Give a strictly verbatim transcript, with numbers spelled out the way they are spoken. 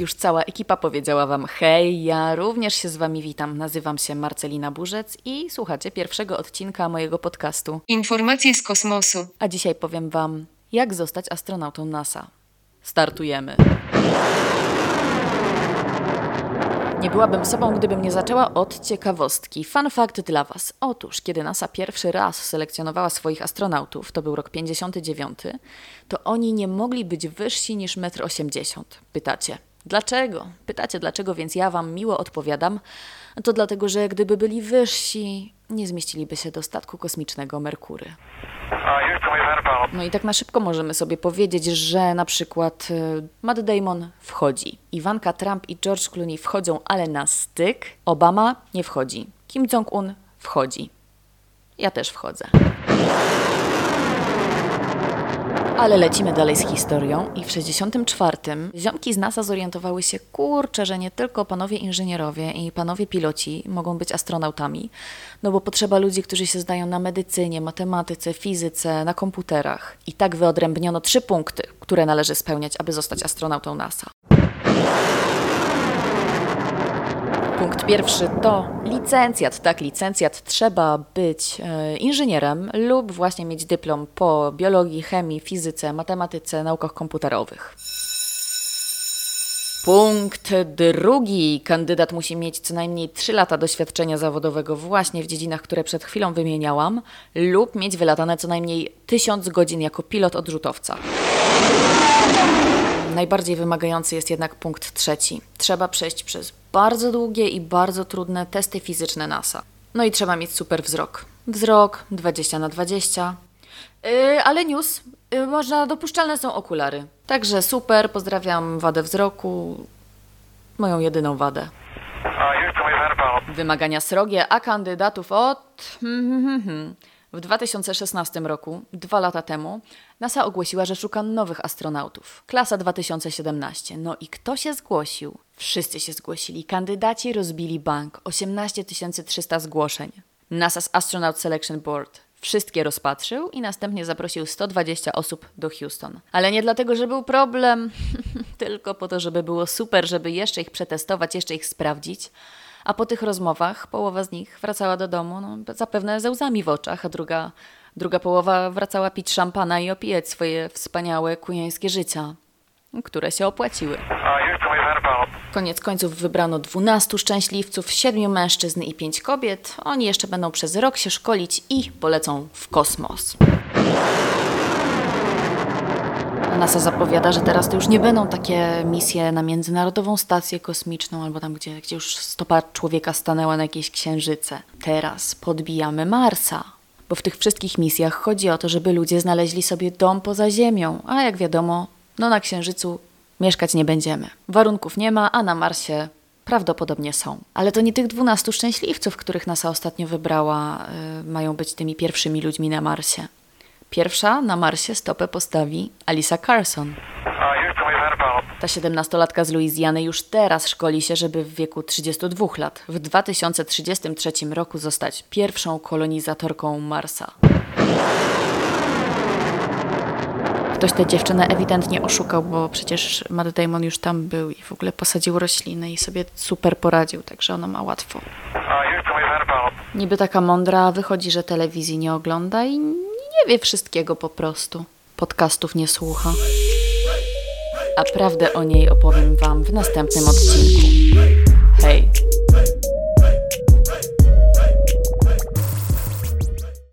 Już cała ekipa powiedziała wam hej, ja również się z wami witam. Nazywam się Marcelina Burzec i słuchacie pierwszego odcinka mojego podcastu Informacje z kosmosu. A dzisiaj powiem wam, jak zostać astronautą NASA. Startujemy. Nie byłabym sobą, gdybym nie zaczęła od ciekawostki. Fun fact dla was. Otóż, kiedy NASA pierwszy raz selekcjonowała swoich astronautów, to był rok pięćdziesiąty dziewiąty, to oni nie mogli być wyżsi niż metr osiemdziesiąt. Pytacie, dlaczego? Pytacie dlaczego, więc ja wam miło odpowiadam. To dlatego, że gdyby byli wyżsi, nie zmieściliby się do statku kosmicznego Merkury. No i tak na szybko możemy sobie powiedzieć, że na przykład Matt Damon wchodzi, Ivanka Trump i George Clooney wchodzą, ale na styk. Obama nie wchodzi, Kim Jong-un wchodzi. Ja też wchodzę. Ale lecimy dalej z historią i w sześćdziesiątym czwartym ziomki z NASA zorientowały się, kurczę, że nie tylko panowie inżynierowie i panowie piloci mogą być astronautami, no bo potrzeba ludzi, którzy się zdają na medycynie, matematyce, fizyce, na komputerach. I tak wyodrębniono trzy punkty, które należy spełniać, aby zostać astronautą NASA. Punkt pierwszy to licencjat. Tak, licencjat. Trzeba być e, inżynierem lub właśnie mieć dyplom po biologii, chemii, fizyce, matematyce, naukach komputerowych. Punkt drugi. Kandydat musi mieć co najmniej trzy lata doświadczenia zawodowego właśnie w dziedzinach, które przed chwilą wymieniałam, lub mieć wylatane co najmniej tysiąc godzin jako pilot odrzutowca. Najbardziej wymagający jest jednak punkt trzeci. Trzeba przejść przez bardzo długie i bardzo trudne testy fizyczne NASA. No i trzeba mieć super wzrok. Wzrok dwadzieścia na dwadzieścia. Yy, ale news, yy, można, dopuszczalne są okulary. Także super, pozdrawiam wadę wzroku. Moją jedyną wadę. Wymagania srogie, a kandydatów od... Hmm, hmm, hmm. W dwa tysiące szesnastym roku, dwa lata temu, NASA ogłosiła, że szuka nowych astronautów. Klasa dwa tysiące siedemnaście. No i kto się zgłosił? Wszyscy się zgłosili. Kandydaci rozbili bank. osiemnaście tysięcy trzysta zgłoszeń. NASA's Astronaut Selection Board wszystkie rozpatrzył i następnie zaprosił sto dwadzieścia osób do Houston. Ale nie dlatego, że był problem, tylko po to, żeby było super, żeby jeszcze ich przetestować, jeszcze ich sprawdzić. A po tych rozmowach połowa z nich wracała do domu, no, zapewne ze łzami w oczach, a druga, druga połowa wracała pić szampana i opijać swoje wspaniałe kujańskie życia, które się opłaciły. Koniec końców wybrano dwunastu szczęśliwców, siedmiu mężczyzn i pięć kobiet. Oni jeszcze będą przez rok się szkolić i polecą w kosmos. NASA zapowiada, że teraz to już nie będą takie misje na Międzynarodową Stację Kosmiczną albo tam, gdzie, gdzie już stopa człowieka stanęła na jakiejś księżyce. Teraz podbijamy Marsa, bo w tych wszystkich misjach chodzi o to, żeby ludzie znaleźli sobie dom poza Ziemią, a jak wiadomo, no na księżycu mieszkać nie będziemy. Warunków nie ma, a na Marsie prawdopodobnie są. Ale to nie tych dwunastu szczęśliwców, których NASA ostatnio wybrała, yy, mają być tymi pierwszymi ludźmi na Marsie. Pierwsza na Marsie stopę postawi Alyssa Carson. Ta siedemnastolatka z Luizjany już teraz szkoli się, żeby w wieku trzydziestu dwóch lat w dwa tysiące trzydziestym trzecim roku zostać pierwszą kolonizatorką Marsa. Ktoś tę dziewczynę ewidentnie oszukał, bo przecież Matt Damon już tam był i w ogóle posadził rośliny i sobie super poradził, także ona ma łatwo. Niby taka mądra, a wychodzi, że telewizji nie ogląda i nie wie wszystkiego po prostu. Podcastów nie słucha. A prawdę o niej opowiem wam w następnym odcinku. Hej!